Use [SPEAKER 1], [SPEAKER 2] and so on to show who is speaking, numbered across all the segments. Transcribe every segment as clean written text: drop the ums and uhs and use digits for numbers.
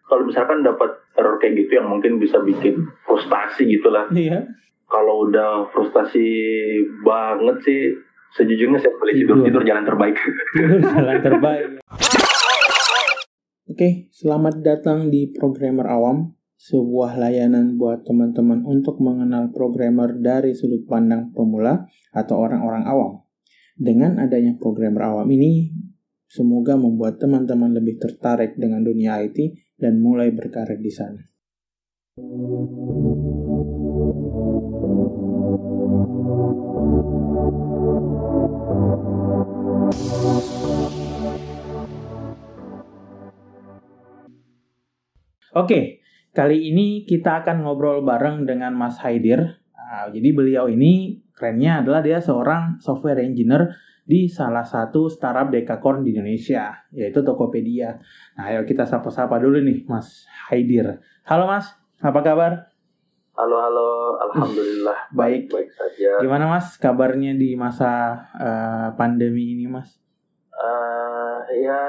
[SPEAKER 1] kalau misalkan dapat error kayak gitu yang mungkin bisa bikin frustasi gitulah.
[SPEAKER 2] Iya.
[SPEAKER 1] Kalau udah frustasi banget sih, sejujurnya saya pilih tidur jalan terbaik.
[SPEAKER 2] Tidur jalan terbaik. Oke, selamat datang di Programmer Awam, sebuah layanan buat teman-teman untuk mengenal programmer dari sudut pandang pemula atau orang-orang awam. Dengan adanya Programmer Awam ini, semoga membuat teman-teman lebih tertarik dengan dunia IT dan mulai berkarir di sana. Oke, kali ini kita akan ngobrol bareng dengan Mas Haidir. Jadi beliau ini kerennya adalah dia seorang software engineer di salah satu startup dekakorn di Indonesia, yaitu Tokopedia. Nah, ayo kita sapa-sapa dulu nih Mas Haidir. Halo Mas, apa kabar?
[SPEAKER 1] Halo, alhamdulillah baik saja.
[SPEAKER 2] Gimana Mas kabarnya di masa pandemi ini Mas?
[SPEAKER 1] Ya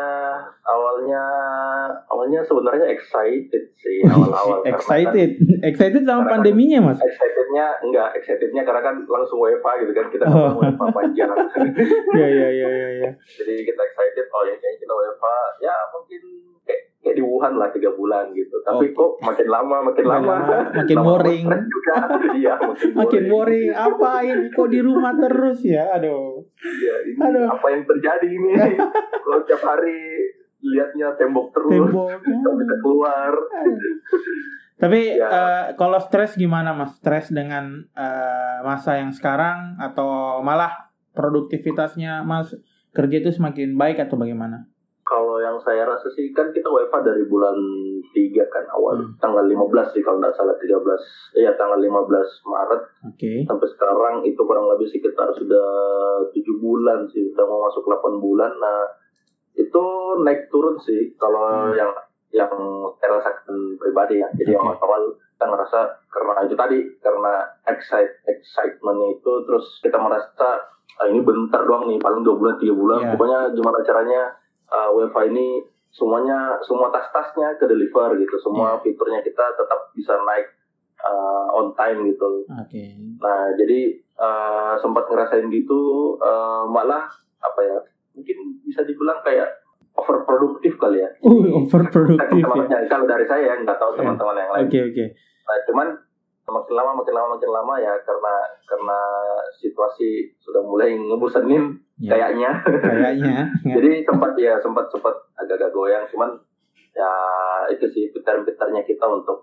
[SPEAKER 1] awalnya sebenarnya excited sih awal-awal.
[SPEAKER 2] Excited sama pandeminya Mas?
[SPEAKER 1] Excitednya karena kan langsung WFA gitu kan, kita WFA panjang.
[SPEAKER 2] Ya.
[SPEAKER 1] Jadi kita excited, ya kayaknya kita WFA ya mungkin kayak di Wuhan lah 3 bulan gitu. Tapi kok makin lama
[SPEAKER 2] makin boring.
[SPEAKER 1] Iya,
[SPEAKER 2] makin boring. Apa ini kok di rumah terus ya? Aduh.
[SPEAKER 1] Iya, apa yang terjadi ini? Kalau tiap hari lihatnya tembok terus, nggak bisa keluar.
[SPEAKER 2] Tapi kalau stres gimana Mas? Stres dengan masa yang sekarang atau malah produktivitasnya Mas kerja itu semakin baik atau bagaimana?
[SPEAKER 1] Kalau yang saya rasa sih kan kita WFA dari bulan 3 kan awal tanggal 15 sih kalau nggak salah, tanggal 15 Maret. Sampai sekarang itu kurang lebih sekitar sudah 7 bulan sih, udah mau masuk 8 bulan. Nah itu naik turun sih kalau yang saya rasakan pribadi ya. Jadi yang awal kita ngerasa karena excitementnya itu, terus kita merasa ini bentar doang nih, paling 2 bulan 3 bulan. Pokoknya gimana caranya WiFi ini semua tas-tasnya ke deliver gitu, semua fiturnya kita tetap bisa naik on time gitu. Nah jadi sempat ngerasain gitu, malah mungkin bisa dibilang kayak overproduktif kali ya.
[SPEAKER 2] Overproduktif
[SPEAKER 1] ya. Kalau dari saya nggak tahu teman-teman yang lain. Nah cuman makin lama ya karena situasi sudah mulai ngebosenin kayaknya. Jadi sempat agak-agak goyang, cuman ya itu sih pintar-pintarnya kita untuk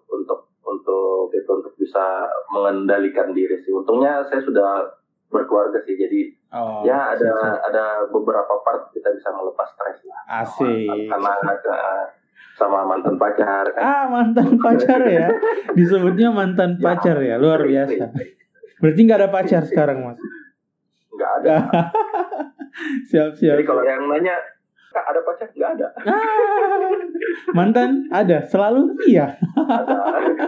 [SPEAKER 1] bisa mengendalikan diri sih. Untungnya saya sudah berkeluarga sih, jadi ada beberapa part kita bisa melepas stres lah.
[SPEAKER 2] Asik.
[SPEAKER 1] Anak-anak sama mantan pacar kan.
[SPEAKER 2] Mantan pacar ya. Disebutnya mantan pacar ya, luar biasa. Berarti nggak ada pacar sekarang Mas?
[SPEAKER 1] Nggak ada.
[SPEAKER 2] Siap.
[SPEAKER 1] Jadi kalau yang nanya, Kak ada pacar? Nggak ada.
[SPEAKER 2] Mantan ada, selalu iya.
[SPEAKER 1] Ada.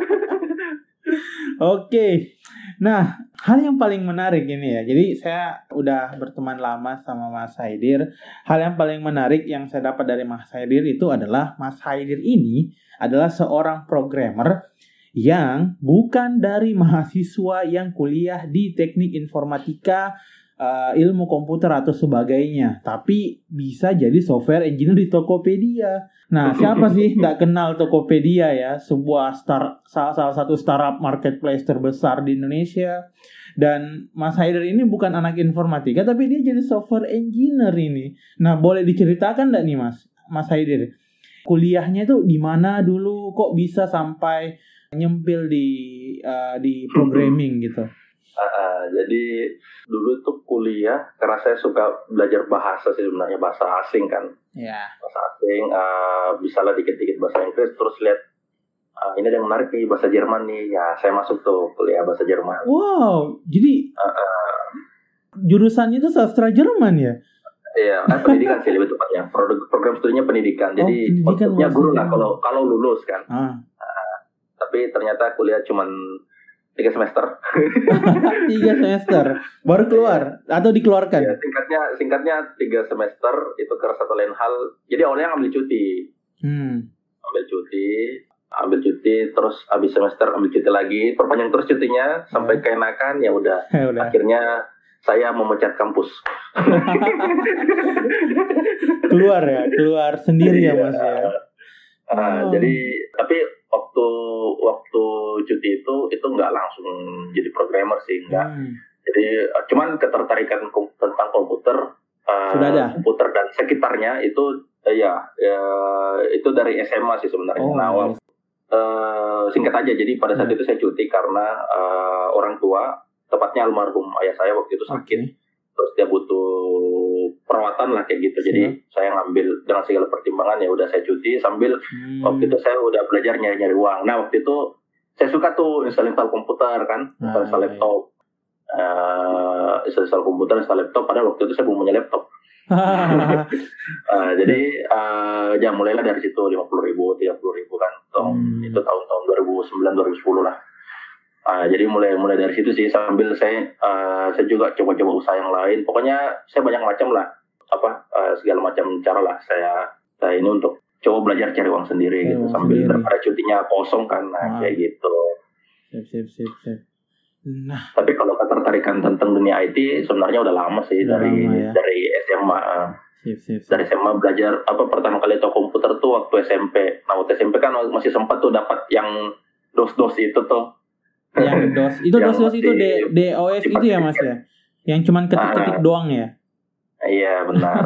[SPEAKER 2] Oke. Nah, hal yang paling menarik ini ya. Jadi saya udah berteman lama sama Mas Haidir. Hal yang paling menarik yang saya dapat dari Mas Haidir itu adalah Mas Haidir ini adalah seorang programmer yang bukan dari mahasiswa yang kuliah di teknik informatika, ilmu komputer atau sebagainya, tapi bisa jadi software engineer di Tokopedia. Nah, siapa sih nggak kenal Tokopedia ya, sebuah salah satu startup marketplace terbesar di Indonesia. Dan Mas Haidir ini bukan anak informatika, tapi dia jadi software engineer ini. Nah, boleh diceritakan nggak nih Mas Haidir, kuliahnya itu di mana dulu, kok bisa sampai nyempil di programming gitu?
[SPEAKER 1] Jadi dulu tuh kuliah karena saya suka belajar bahasa sih sebenarnya, bahasa asing kan. Bahasa asing, bisalah dikit-dikit bahasa Inggris, terus lihat ini ada yang menarik nih, bahasa Jerman nih. Ya saya masuk tuh kuliah bahasa Jerman.
[SPEAKER 2] Wow, jadi jurusannya itu sastra Jerman ya?
[SPEAKER 1] Iya, pendidikan sih lebih tepatnya. Program studinya pendidikan. Jadi maksudnya guru lah kalau lulus kan. Tapi ternyata kuliah cuman 3 semester.
[SPEAKER 2] 3 semester baru keluar atau dikeluarkan?
[SPEAKER 1] Ya, singkatnya 3 semester itu karena satu lain hal. Jadi awalnya ngambil cuti. ambil cuti, terus habis semester ambil cuti lagi, perpanjang terus cutinya sampai keenakan, ya udah. Akhirnya saya memecat kampus.
[SPEAKER 2] keluar sendiri ya Mas ya.
[SPEAKER 1] Jadi tapi waktu cuti itu nggak langsung jadi programmer sih, enggak. Jadi cuman ketertarikan tentang komputer,
[SPEAKER 2] sudah ada.
[SPEAKER 1] Komputer dan sekitarnya itu itu dari SMA sih sebenarnya. Singkat aja, jadi pada saat itu saya cuti karena orang tua, tepatnya almarhum ayah saya waktu itu sakit, terus dia butuh perawatan lah kayak gitu. Jadi saya ngambil dengan segala pertimbangan, ya udah saya cuti sambil waktu itu saya udah belajar nyari uang. Nah waktu itu saya suka tuh install komputer kan, install laptop, install komputer, install laptop. Padahal waktu itu saya belum punya laptop. Jadi ya mulailah dari situ 50.000, 30.000 kan. Itu tahun-tahun 2009-2010 lah. Jadi mulai dari situ sih, sambil saya juga coba-coba usaha yang lain. Pokoknya saya banyak macam lah, segala macam cara lah saya ini untuk coba belajar cari uang sendiri gitu, sambil daripada cutinya kosong kan, kayak gitu.
[SPEAKER 2] Sip. Nah,
[SPEAKER 1] tapi kalau ketertarikan tentang dunia IT sebenarnya udah lama sih, dari SMA. Dari SMA belajar pertama kali tahu komputer tuh waktu SMP. Nah waktu SMP kan masih sempat tuh dapat yang DOS itu tuh.
[SPEAKER 2] Yang DOS itu DOS itu DOS itu ya Mas ya, yang cuman ketik-ketik doang ya.
[SPEAKER 1] Iya benar.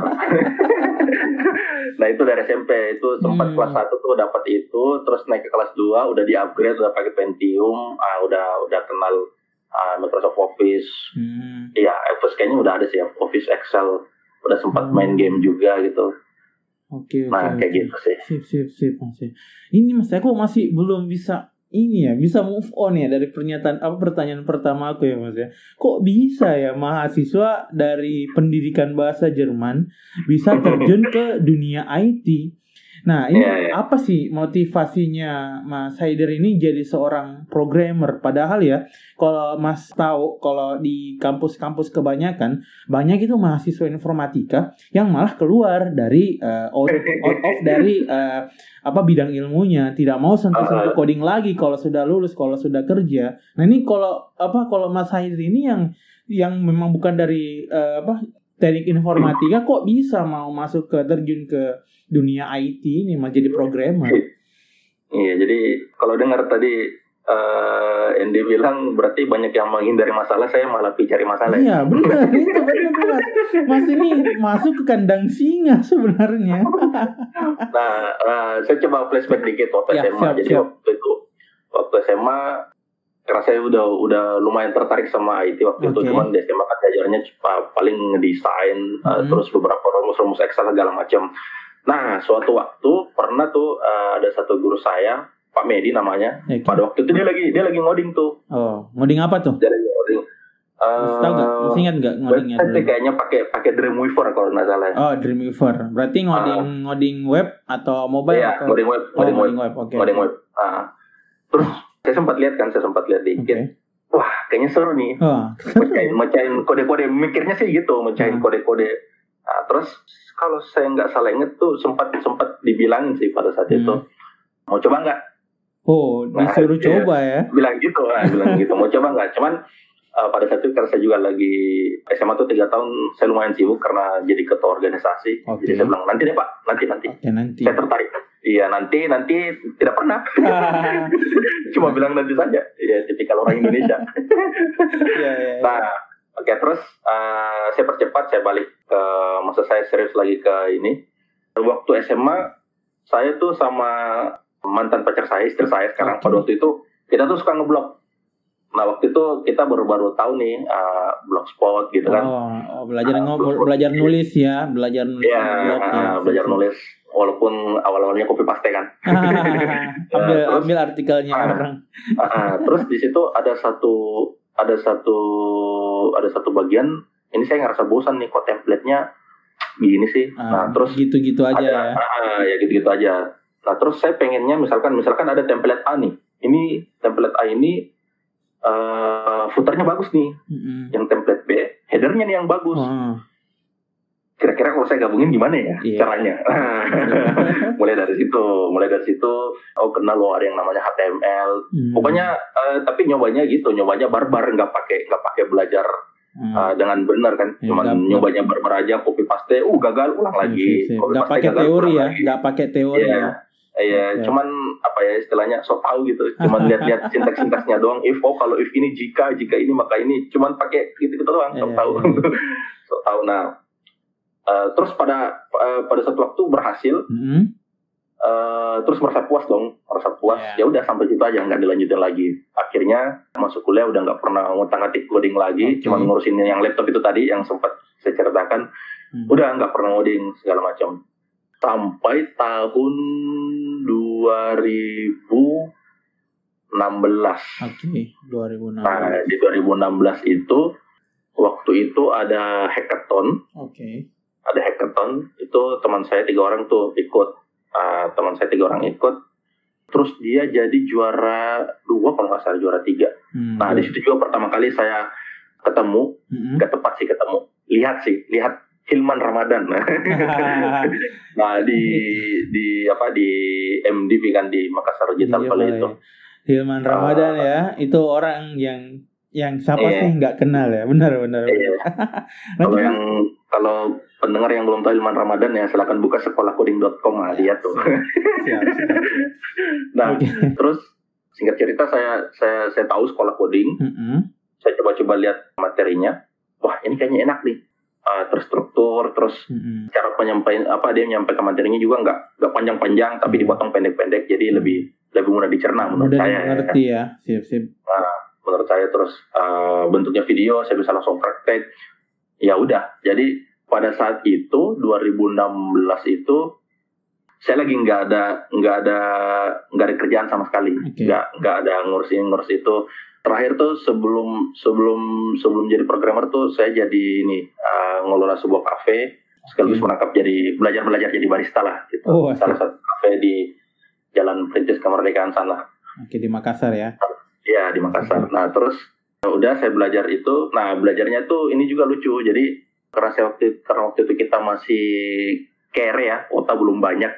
[SPEAKER 1] Nah itu dari SMP itu sempat kelas 1 tuh dapat itu, terus naik ke kelas 2 udah di-upgrade, udah pakai Pentium, udah kenal Microsoft Office. Iya, Office kayaknya udah ada sih ya, Office, Excel, udah sempat main game juga gitu.
[SPEAKER 2] Oke.
[SPEAKER 1] Kayak gitu sih.
[SPEAKER 2] Sip Mas. Ini Mas, aku masih belum bisa bisa move on ya dari pertanyaan pertama aku ya Mas ya. Kok bisa ya mahasiswa dari pendidikan bahasa Jerman bisa terjun ke dunia IT? Nah, ini apa sih motivasinya Mas Haidir ini jadi seorang programmer? Padahal ya, kalau Mas tahu, kalau di kampus-kampus kebanyakan, banyak itu mahasiswa informatika yang malah keluar dari out of dari bidang ilmunya, tidak mau sentuh coding lagi kalau sudah lulus, kalau sudah kerja. Nah, ini kalau Mas Haidir ini yang memang bukan dari teknik informatika, kok bisa mau masuk terjun ke dunia IT ini, mau jadi programmer?
[SPEAKER 1] Iya, jadi kalau dengar tadi Andy bilang berarti banyak yang menghindari masalah, saya malah cari masalah.
[SPEAKER 2] Iya, benar. Itu benar. Mas ini masuk ke kandang singa sebenarnya.
[SPEAKER 1] Nah, saya coba flashback dikit waktu SMA. Jadi waktu SMA karena saya udah lumayan tertarik sama IT waktu itu, cuman di SMA kan ajarnya paling ngedesain, terus beberapa rumus Excel segala macam. Nah, suatu waktu pernah tuh ada satu guru saya, Pak Medi namanya. Pada waktu itu dia lagi ngoding tuh.
[SPEAKER 2] Oh, ngoding apa tuh?
[SPEAKER 1] Dia lagi ngoding.
[SPEAKER 2] Tahu nggak? Masih ingat nggak ngodingnya?
[SPEAKER 1] Kayaknya pakai Dreamweaver kalau nggak salah.
[SPEAKER 2] Oh, Dreamweaver. Berarti ngoding web atau mobile?
[SPEAKER 1] Iya, ngoding web. Ngoding web. Terus saya sempat lihat dikit. Wah, kayaknya seru nih. Mecahin kode-kode, mikirnya sih gitu, mecahin kode-kode. Nah, terus kalau saya nggak salah inget tuh sempat dibilangin sih pada saat itu, mau coba nggak?
[SPEAKER 2] Oh, disuruh coba ya?
[SPEAKER 1] Bilang gitu, mau coba nggak? Cuman pada saat itu karena saya juga lagi SMA tuh 3 tahun, saya lumayan sibuk karena jadi ketua organisasi. Jadi saya bilang nanti deh Pak, nanti. Saya tertarik. Iya nanti tidak pernah. Cuma bilang nanti saja. Ya tipikal orang Indonesia. Nah. Oke, terus saya percepat, saya balik ke masa saya serius lagi ke ini. Waktu SMA, saya tuh sama mantan pacar saya, istri saya sekarang, pada waktu itu, kita tuh suka ngeblog. Nah, waktu itu kita baru tahu nih, blogspot gitu kan.
[SPEAKER 2] Belajar nulis ya, belajar nulis.
[SPEAKER 1] Iya, belajar nulis. Walaupun awal-awalnya copy paste kan.
[SPEAKER 2] ambil artikelnya orang.
[SPEAKER 1] Terus di situ ada satu bagian, ini saya ngerasa bosan nih, kok template-nya gini sih. Nah, terus
[SPEAKER 2] gitu-gitu aja
[SPEAKER 1] ya gitu-gitu aja. Nah, terus saya pengennya misalkan ada template A nih. Ini template A ini footernya bagus nih. Yang template B, headernya nih yang bagus. kira-kira kalau saya gabungin gimana ya caranya. mulai dari situ kenal lo ada yang namanya HTML. Pokoknya tapi nyobanya barbar, nggak pakai belajar dengan benar kan, cuman nyobanya barbar aja, copy paste gagal, ulang lagi.
[SPEAKER 2] Nggak pakai teori ya, nggak pakai teori ya.
[SPEAKER 1] Iya, cuman apa ya istilahnya sok tahu gitu, cuman lihat sintaks-sintaksnya doang. Kalau if ini jika ini maka ini, cuman pakai gitu doang, sok tahu. Sok tahu. Nah, terus pada satu waktu berhasil, terus merasa puas. Ya udah sampai situ aja, nggak dilanjutin lagi. Akhirnya masuk kuliah udah nggak pernah ngutak-ngatik coding lagi, cuman ngurusin yang laptop itu tadi yang sempat saya ceritakan. Udah nggak pernah ngoding segala macam. Sampai tahun 2016.
[SPEAKER 2] 2016.
[SPEAKER 1] Nah, di 2016 itu, waktu itu ada hackathon. Ada hackathon, itu teman saya 3 orang tuh ikut. Terus dia jadi juara 2, kalau nggak salah juara 3. Nah, di situ juga pertama kali saya ketemu, nggak tepat sih ketemu. Lihat Hilman Ramadan. Nah, di MDV kan, di Makassar Digital Valley itu.
[SPEAKER 2] Hilman Ramadan ya, itu orang yang siapa sih nggak kenal ya, benar. Kalau pendengar yang belum tahu Hilman Ramadan ya, silakan buka sekolahcoding.com, dia tuh. Siap. Nah, terus singkat cerita saya tahu sekolah coding. Saya coba lihat materinya. Wah, ini kayaknya enak nih. Terstruktur, terus cara penyampaian dia menyampaikan materinya juga nggak panjang-panjang, tapi dipotong pendek-pendek, jadi lebih mudah dicerna menurut saya. Mengerti ya. Siap.
[SPEAKER 1] Nah, menurut saya terus bentuknya video, saya bisa langsung praktek. Ya udah, jadi pada saat itu 2016 itu saya lagi nggak ada kerjaan sama sekali, nggak ada ngurus itu. Terakhir tuh sebelum jadi programmer tuh saya jadi ngelola sebuah kafe, sekaligus belajar jadi barista lah gitu. Salah satu kafe di Jalan Perintis Kemerdekaan sana.
[SPEAKER 2] Di Makassar ya?
[SPEAKER 1] Iya, di Makassar. Nah, terus udah saya belajar itu. Nah, belajarnya tuh ini juga lucu. Jadi karena waktu itu kita masih kere ya, kuota belum banyak.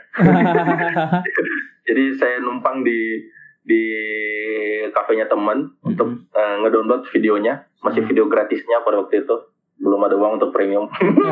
[SPEAKER 1] Jadi saya numpang di kafenya teman untuk ngedownload videonya, masih video gratisnya pada waktu itu, belum ada uang untuk premium.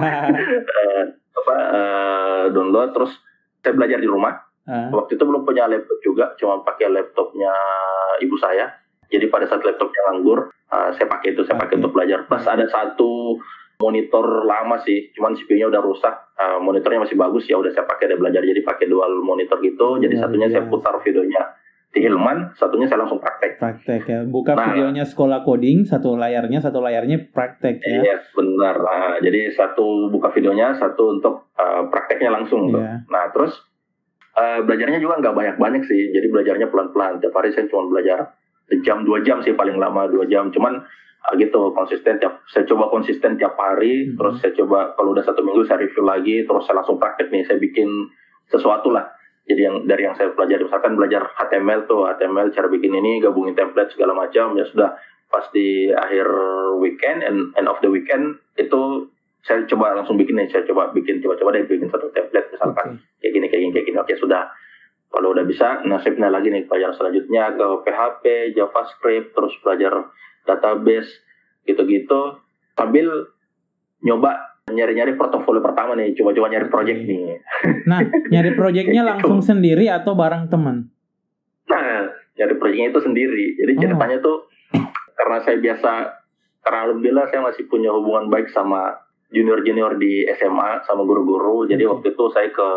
[SPEAKER 1] Download, terus saya belajar di rumah. Waktu itu belum punya laptop juga, cuma pakai laptopnya ibu saya. Jadi pada saat laptopnya nganggur, saya pakai untuk belajar. Plus ada satu monitor lama sih, cuman CPU-nya udah rusak, monitornya masih bagus, ya udah saya pakai dan belajar. Jadi pakai dual monitor gitu. Jadi satunya saya putar videonya di Hilman, satunya saya langsung praktek
[SPEAKER 2] ya. Buka videonya sekolah coding, satu layarnya praktek ya.
[SPEAKER 1] Iya, benar. Jadi satu buka videonya, satu untuk prakteknya langsung. Nah, terus belajarnya juga nggak banyak-banyak sih. Jadi belajarnya pelan-pelan. Tiap hari saya cuma belajar 1-2 jam sih, paling lama 2 jam. Cuman gitu konsisten. Saya coba konsisten tiap hari. Terus saya coba kalau udah 1 minggu saya review lagi. Terus saya langsung praktek nih. Saya bikin sesuatu lah. Jadi dari yang saya pelajari, misalkan belajar HTML cara bikin ini, gabungin template segala macam, ya sudah. Pas di akhir weekend, end of the weekend itu saya coba langsung bikin nih. Saya coba bikin satu template misalkan kayak gini. Oke, sudah. Kalau udah bisa, nasibnya lagi nih pelajaran selanjutnya ke PHP, JavaScript, terus belajar database gitu-gitu, sambil nyoba nyari portofolio pertama nih, coba nyari project nih.
[SPEAKER 2] Nah, nyari projectnya langsung sendiri atau bareng teman?
[SPEAKER 1] Nah, nyari projectnya itu sendiri. Jadi ceritanya tuh karena alhamdulillah saya masih punya hubungan baik sama junior di SMA, sama guru-guru. Jadi waktu itu saya ke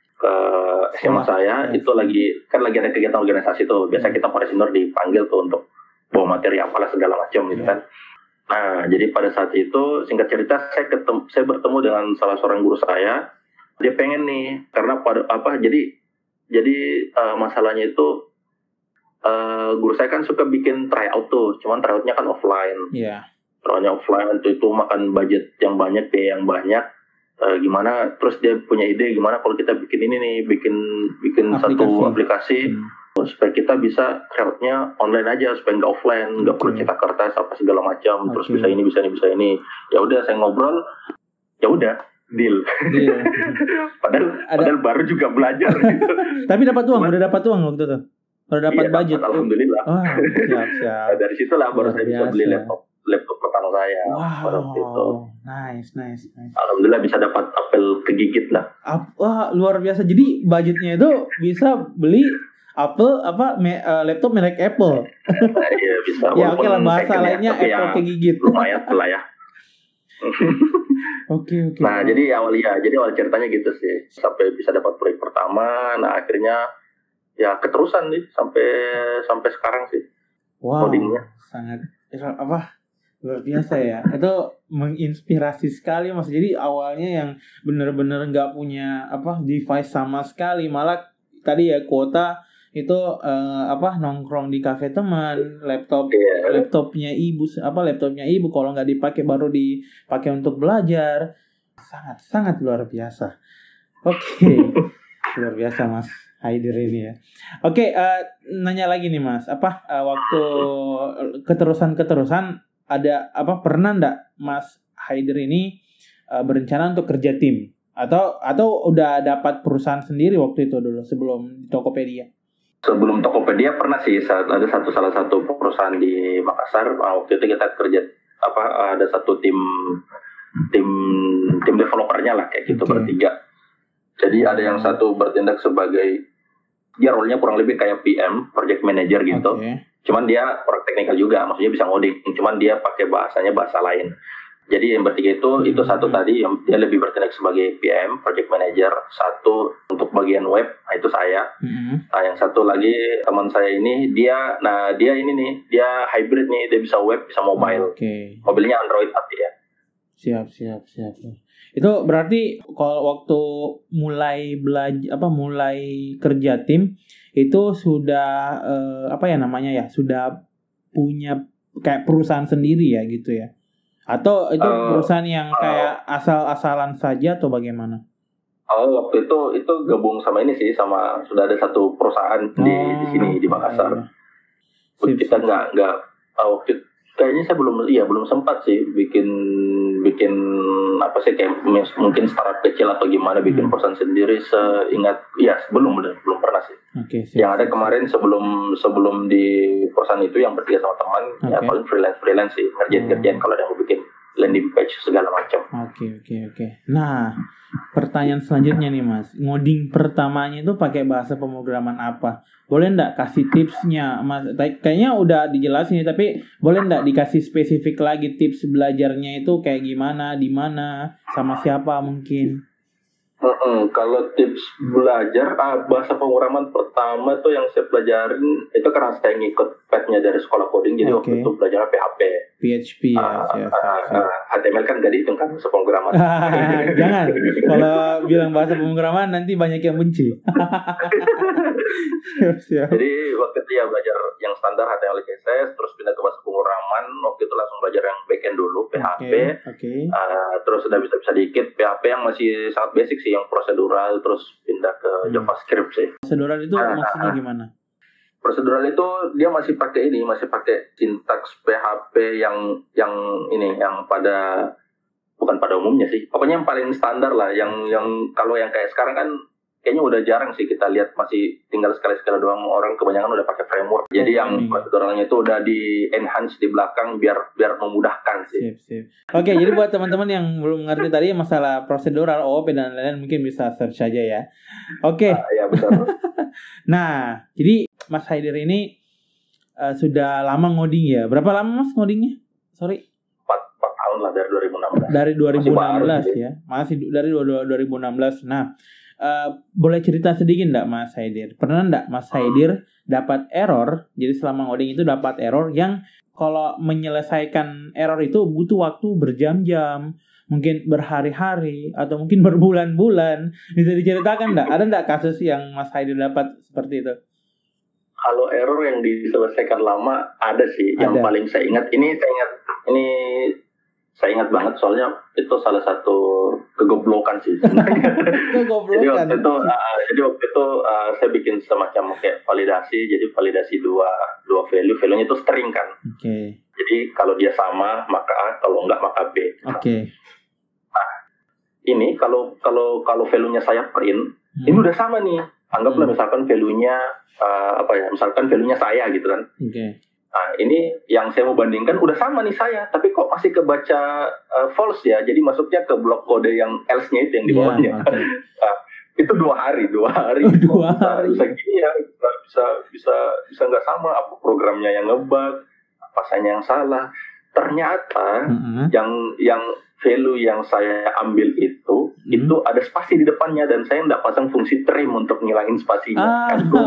[SPEAKER 1] SMA saya, itu lagi ada kegiatan organisasi tuh. Biasa kita para senior dipanggil tuh untuk bawa materi apalah segala macam gitu kan. Nah, jadi pada saat itu, singkat cerita, saya bertemu dengan salah seorang guru saya. Dia pengen nih, karena jadi masalahnya itu guru saya kan suka bikin tryout tuh, cuman tryoutnya kan offline. Tryoutnya offline itu makan budget yang banyak, biaya yang banyak. Gimana? Terus dia punya ide gimana kalau kita bikin ini nih, bikin satu aplikasi. Supaya kita bisa tryoutnya online aja, supaya nggak offline, nggak perlu cetak kertas apa segala macam. Terus bisa ini. Ya udah, saya ngobrol. Ya udah, Deal. padahal baru juga belajar gitu.
[SPEAKER 2] Tapi dapat uang, udah dapat uang waktu itu. Udah dapat budget.
[SPEAKER 1] Alhamdulillah.
[SPEAKER 2] Oh, siap.
[SPEAKER 1] Dari situlah baru saya bisa beli laptop pertama saya.
[SPEAKER 2] Wow. Nice.
[SPEAKER 1] Alhamdulillah bisa dapat apel kegigit lah.
[SPEAKER 2] Wah, luar biasa. Jadi budgetnya itu bisa beli laptop merek Apple.
[SPEAKER 1] Iya, bisa.
[SPEAKER 2] Ya oke lah, bahasa lainnya Apple kegigit.
[SPEAKER 1] Lumayan lah ya.
[SPEAKER 2] Oke.
[SPEAKER 1] Nah, jadi awal ceritanya gitu sih. Sampai bisa dapat proyek pertama, nah akhirnya ya keterusan nih sampai sekarang sih.
[SPEAKER 2] Wow. Codingnya sangat luar biasa ya. Itu menginspirasi sekali Mas. Jadi awalnya yang benar-benar nggak punya device sama sekali, malah tadi ya kuota itu nongkrong di kafe teman, laptopnya ibu kalau nggak dipakai baru dipakai untuk belajar. Sangat luar biasa. Oke. Luar biasa Mas Haidir ini ya. Oke, nanya lagi nih Mas, waktu keterusan ada pernah ndak Mas Haidir ini berencana untuk kerja tim atau udah dapat perusahaan sendiri waktu itu dulu sebelum Tokopedia?
[SPEAKER 1] Sebelum Tokopedia pernah sih, ada salah satu perusahaan di Makassar. Waktu itu kita kerja ada satu tim developernya lah kayak gitu, bertiga. Jadi ada yang satu bertindak sebagai role-nya kurang lebih kayak PM, project manager gitu. Cuman dia orang teknikal juga, maksudnya bisa ngoding. Cuman dia pakai bahasa lain. Jadi yang bertiga itu satu tadi yang dia lebih bertindak sebagai PM, project manager, satu untuk bagian web, itu saya. Nah, yang satu lagi teman saya ini dia hybrid nih, dia bisa web, bisa mobile. Mobilnya Android tapi ya.
[SPEAKER 2] Siap. Itu berarti kalau waktu mulai mulai kerja tim itu sudah sudah punya kayak perusahaan sendiri ya gitu ya? Atau itu perusahaan yang kayak asal-asalan saja atau bagaimana?
[SPEAKER 1] Waktu itu gabung sama ini sih, sama sudah ada satu perusahaan di sini di Makassar. Kita nggak waktu kayaknya saya belum sempat sih bikin kayak mungkin startup kecil atau gimana bikin perusahaan sendiri, belum pernah sih. Yang ada kemarin sebelum di perusahaan itu yang bertiga sama teman ya paling freelance sih, kerjaan kalau ada yang mau bikin landing page segala macam.
[SPEAKER 2] Oke. Nah, pertanyaan selanjutnya nih Mas, ngoding pertamanya itu pakai bahasa pemrograman apa? Boleh nggak kasih tipsnya Mas? Kayaknya udah dijelasin tapi boleh nggak dikasih spesifik lagi tips belajarnya itu kayak gimana, di mana, sama siapa mungkin?
[SPEAKER 1] Kalau tips belajar bahasa pemrograman pertama tuh yang saya pelajarin itu karena saya ngikut petnya dari sekolah coding, jadi waktu itu belajar
[SPEAKER 2] PHP ya.
[SPEAKER 1] HTML kan nggak dihitung kan bahasa pemrograman.
[SPEAKER 2] Jangan, kalau bilang bahasa pemrograman nanti banyak yang benci. Siap.
[SPEAKER 1] Jadi waktu itu ya belajar yang standar HTML CSS, terus pindah ke bahasa pemrograman. Waktu itu langsung belajar yang backend dulu, PHP. Terus udah bisa dikit PHP yang masih sangat basic sih, yang prosedural, terus pindah ke JavaScript sih.
[SPEAKER 2] Prosedural itu maksudnya gimana?
[SPEAKER 1] Prosedural itu dia masih pakai sintaks PHP yang bukan pada umumnya sih. Pokoknya yang paling standar lah, yang kalau yang kayak sekarang kan kayaknya udah jarang sih kita lihat, masih tinggal sekali-sekali doang, orang kebanyakan udah pakai framework. Jadi yang proceduralnya itu udah di enhance di belakang biar memudahkan sih.
[SPEAKER 2] Sip. Oke, jadi buat teman-teman yang belum ngerti tadi masalah prosedural, OOP dan lain-lain mungkin bisa search aja ya. Oke.
[SPEAKER 1] Ya betul.
[SPEAKER 2] Nah, jadi Mas Haidir ini sudah lama ngoding ya. Berapa lama Mas ngodingnya? Sorry.
[SPEAKER 1] 4 tahun lah, dari 2016.
[SPEAKER 2] Dari 2016 ya. Masih dari 2016. Nah, boleh cerita sedikit enggak Mas Haidir? Pernah enggak Mas Haidir dapat error? Jadi selama ngoding itu dapat error yang kalau menyelesaikan error itu butuh waktu berjam-jam, mungkin berhari-hari atau mungkin berbulan-bulan. Bisa diceritakan enggak? Ada enggak kasus yang Mas Haidir dapat seperti itu?
[SPEAKER 1] Kalau error yang diselesaikan lama ada sih. Yang paling saya ingat saya ingat banget, soalnya itu salah satu kegoblokan sih sebenarnya. Jadi waktu itu saya bikin semacam kayak validasi. Jadi validasi dua value-nya itu string kan. Jadi kalau dia sama maka A, kalau enggak maka B. ini kalau value-nya saya print, ini udah sama nih. Anggaplah misalkan value-nya misalkan value-nya saya gitu kan. Nah, ini yang saya mau bandingkan udah sama nih saya, tapi kok masih kebaca false ya. Jadi masuknya ke blok kode yang else-nya itu yang di bawahnya. Nah, itu 2 hari. 2 hari. Bisa gini ya, bisa nggak sama, apa programnya yang ngebug, apa saya yang salah. Ternyata yang value yang saya ambil itu ada spasi di depannya dan saya nggak pasang fungsi trim untuk ngilangin spasinya.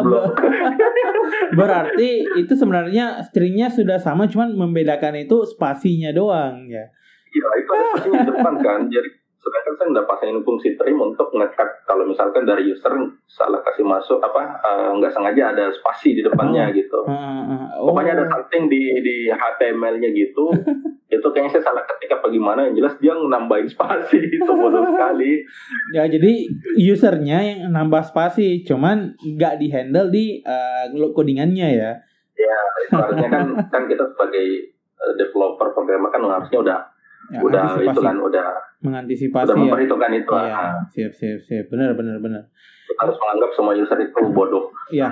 [SPEAKER 2] Berarti itu sebenarnya stringnya sudah sama, cuman membedakan itu spasinya doang ya.
[SPEAKER 1] Iya, itu ada spasinya di depan kan. Jadi sedangkan saya nggak pasangin fungsi trim untuk nge-cut kalau misalkan dari user salah kasih masuk nggak sengaja ada spasi di depannya gitu. Pokoknya ada something di HTML-nya gitu. Itu kayaknya saya salah ketik apa gimana, yang jelas dia nambahin spasi itu bodoh sekali.
[SPEAKER 2] Ya, jadi usernya yang nambah spasi, cuman nggak di-handle di codingannya ya.
[SPEAKER 1] Ya, itu harusnya kan kita sebagai developer programmer kan harusnya udah itu kan udah
[SPEAKER 2] mengantisipasi,
[SPEAKER 1] udah memperhitungkan itu.
[SPEAKER 2] Ya, siap. Benar.
[SPEAKER 1] Kita harus menganggap semua user itu bodoh.
[SPEAKER 2] Iya.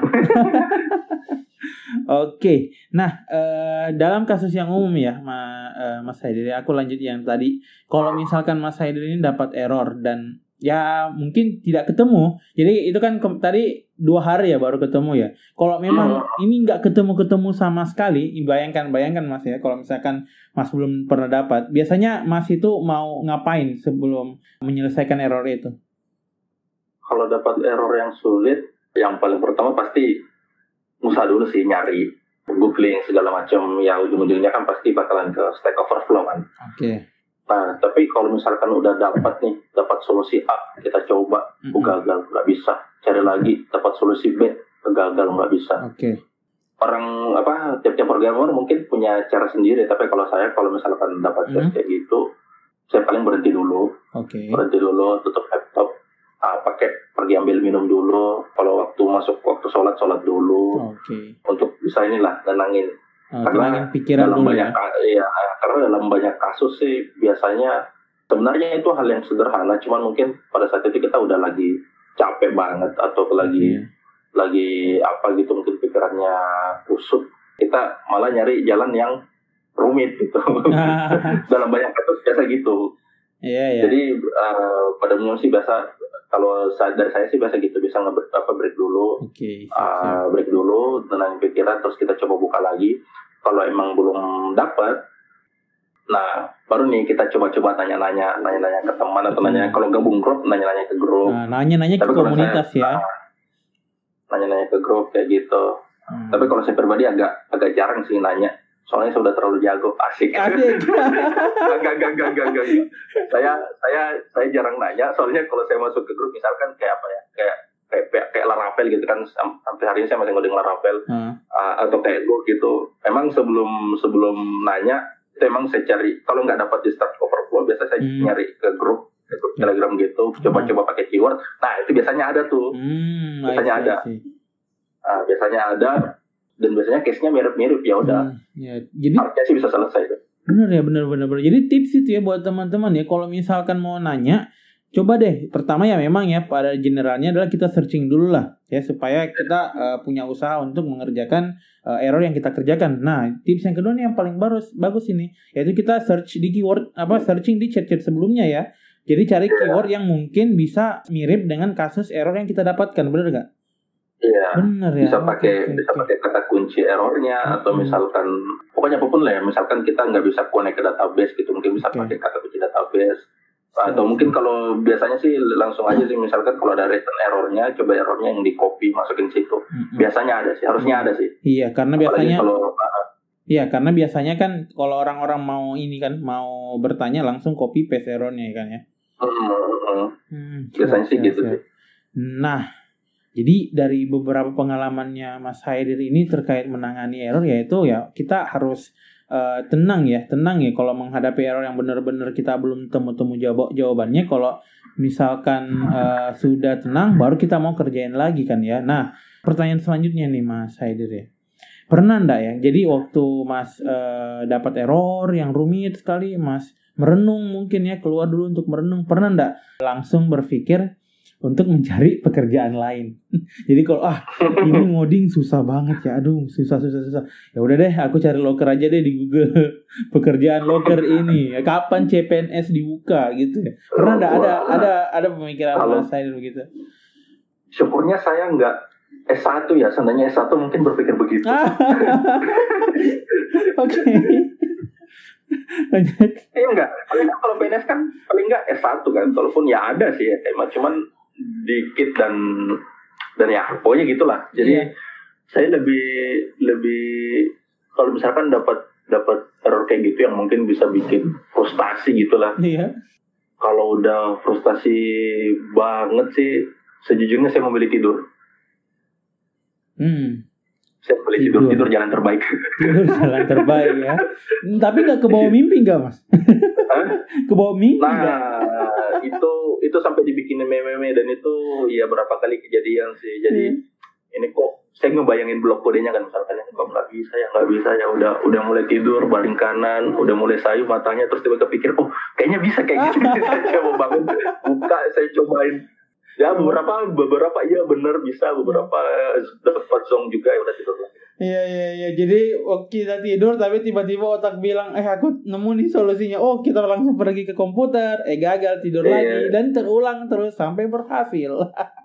[SPEAKER 2] Oke. Nah, dalam kasus yang umum ya, Mas Haidir, aku lanjut yang tadi. Kalau misalkan Mas Haidir ini dapat error dan ya mungkin tidak ketemu. Jadi itu kan tadi 2 hari ya baru ketemu ya. Kalau memang ini nggak ketemu sama sekali, bayangkan Mas ya. Kalau misalkan Mas belum pernah dapat, biasanya Mas itu mau ngapain sebelum menyelesaikan error itu?
[SPEAKER 1] Kalau dapat error yang sulit, yang paling pertama pasti usaha dulu sih, nyari, googling segala macam. Ya ujung-ujungnya kan pasti bakalan ke Stack Overflow kan.
[SPEAKER 2] Oke.
[SPEAKER 1] Nah, tapi kalau misalkan udah dapat solusi A, kita coba, gagal, nggak bisa. Cari lagi, dapat solusi B, gagal, nggak bisa.
[SPEAKER 2] Oke.
[SPEAKER 1] Orang tiap-tiap programmer mungkin punya cara sendiri, tapi kalau misalkan dapat kayak gitu, saya paling berhenti dulu. Berhenti dulu, tutup laptop, pergi ambil minum dulu. Kalau waktu sholat dulu. Untuk bisa nenangin.
[SPEAKER 2] Karena pikiran
[SPEAKER 1] dalam
[SPEAKER 2] dulu
[SPEAKER 1] banyak,
[SPEAKER 2] ya.
[SPEAKER 1] Karena dalam banyak kasus sih biasanya sebenarnya itu hal yang sederhana, cuman mungkin pada saat itu kita udah lagi capek banget atau lagi gitu, mungkin pikirannya kusut, kita malah nyari jalan yang rumit gitu. Dalam banyak kasus biasa gitu. Jadi pada umumnya sih biasa, kalau dari saya sih biasa gitu, bisa break dulu. Break dulu, tenangin pikiran, terus kita coba buka lagi. Kalau emang belum dapat, nah baru nih kita coba nanya-nanya ke teman atau kalau gabung grup, nanya-nanya ke grup.
[SPEAKER 2] Nanya-nanya ke komunitas ya.
[SPEAKER 1] Nanya-nanya ke grup kayak gitu. Tapi kalau saya pribadi agak jarang sih nanya. Soalnya saya udah terlalu jago. Asik. Enggak. Saya jarang nanya. Soalnya kalau saya masuk ke grup, misalkan kayak kayak Laravel gitu kan, sampai hari ini saya masih ngoding Laravel, atau kayak Go gitu. Emang sebelum nanya, itu emang saya cari. Kalau nggak dapat di Stack Overflow, biasa saya nyari ke grup Telegram gitu, coba pakai keyword. Nah itu biasanya ada tuh. Biasanya ada. Dan biasanya case-nya mirip-mirip, ya udah. Jadi harusnya sih bisa selesai.
[SPEAKER 2] Bener. Jadi tips itu ya buat teman-teman ya, kalau misalkan mau nanya, coba deh, pertama ya memang ya pada generalnya adalah kita searching dulu lah ya, supaya kita punya usaha untuk mengerjakan error yang kita kerjakan. Nah, tips yang kedua nih yang paling bagus ini, yaitu kita search di keyword, searching di chat-chat sebelumnya ya. Jadi cari keyword yang mungkin bisa mirip dengan kasus error yang kita dapatkan, bener nggak?
[SPEAKER 1] Iya, bener ya. Bisa pakai kata kunci errornya, atau misalkan pokoknya apapun lah ya. Misalkan kita nggak bisa connect ke database gitu, mungkin bisa pakai kata kunci database. Atau mungkin kalau biasanya sih langsung aja sih, misalkan kalau ada return errornya, coba errornya yang di copy masukin situ. Biasanya ada sih, harusnya ada sih.
[SPEAKER 2] Iya, karena biasanya karena biasanya kan kalau orang-orang mau mau bertanya langsung copy paste errornya kan ya.
[SPEAKER 1] Biasanya sih gitu sih.
[SPEAKER 2] Nah, jadi dari beberapa pengalamannya Mas Haidir ini terkait menangani error, yaitu ya kita harus tenang ya kalau menghadapi error yang benar-benar kita belum temu jawabannya. Kalau misalkan sudah tenang, baru kita mau kerjain lagi kan ya. Nah, pertanyaan selanjutnya nih Mas Haidir ya, pernah enggak ya, jadi waktu Mas dapat error yang rumit sekali, Mas merenung mungkin ya, keluar dulu untuk merenung. Pernah enggak langsung berpikir untuk mencari pekerjaan lain? Jadi kalau ini ngoding susah banget ya, aduh susah. Ya udah deh, aku cari loker aja deh di Google. Pekerjaan loker ini, kapan CPNS dibuka gitu ya? Pernah enggak ada pemikiran saya begitu?
[SPEAKER 1] Syukurnya saya enggak S1 ya, seandainya S1 mungkin berpikir begitu.
[SPEAKER 2] Oke.
[SPEAKER 1] Enggak. Kalau PNS kan paling enggak S1 kan. Walaupun ya ada sih SMA, cuman dikit dan ya pokoknya gitulah. Jadi saya lebih kalau misalkan dapat error kayak gitu yang mungkin bisa bikin frustasi gitulah.
[SPEAKER 2] Iya.
[SPEAKER 1] Kalau udah frustasi banget sih, sejujurnya saya memilih tidur. Saya memilih tidur jalan terbaik.
[SPEAKER 2] Tidur jalan terbaik ya. Tapi nggak kebawa mimpi nggak, Mas? Kebawa mimpi nggak?
[SPEAKER 1] Itu sampai dibikinin meme dan itu ya berapa kali kejadian sih. Jadi ini kok saya ngebayangin blok kodenya kan, misalkan ya kok nggak bisa ya, udah mulai tidur baling kanan, udah mulai sayu matanya, terus tiba-tiba kepikir kayaknya bisa kayak gitu. Saya mau bangun buka, saya cobain. Ya beberapa iya benar bisa, beberapa dapat zong juga, ya udah tidur lagi.
[SPEAKER 2] Iya. Jadi kita tidur tapi tiba-tiba otak bilang aku nemu nih solusinya. Kita langsung pergi ke komputer. Gagal tidur lagi dan terulang terus sampai berhasil.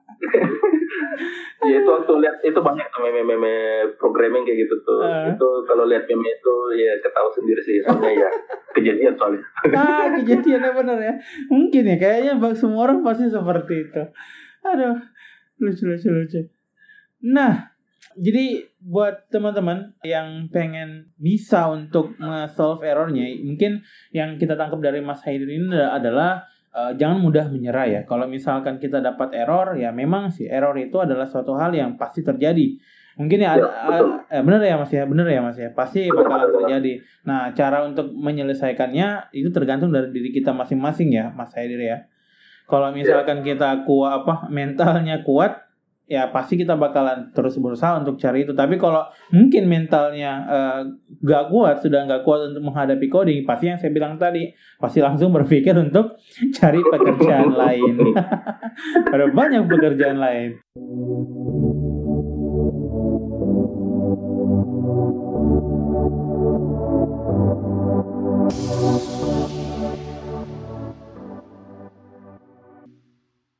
[SPEAKER 1] Ya itu waktu lihat itu banyak tuh meme programming kayak gitu tuh. Itu kalau lihat meme itu ya ketawa sendiri sih, soalnya ya kejadian soalnya.
[SPEAKER 2] Kejadiannya benar ya. Mungkin ya kayaknya semua orang pasti seperti itu. Aduh, lucu. Nah, jadi buat teman-teman yang pengen bisa untuk nge-solve errornya, mungkin yang kita tangkap dari Mas Haidir ini adalah jangan mudah menyerah ya. Kalau misalkan kita dapat error, ya memang sih error itu adalah suatu hal yang pasti terjadi. Mungkin ya benar ya Mas ya, pasti bakalan terjadi. Nah, cara untuk menyelesaikannya itu tergantung dari diri kita masing-masing ya, Mas Haidir ya. Kalau misalkan kita mentalnya kuat, ya pasti kita bakalan terus berusaha untuk cari itu. Tapi kalau mungkin mentalnya sudah nggak kuat untuk menghadapi coding, pasti yang saya bilang tadi, pasti langsung berpikir untuk cari pekerjaan lain. Ada banyak pekerjaan lain.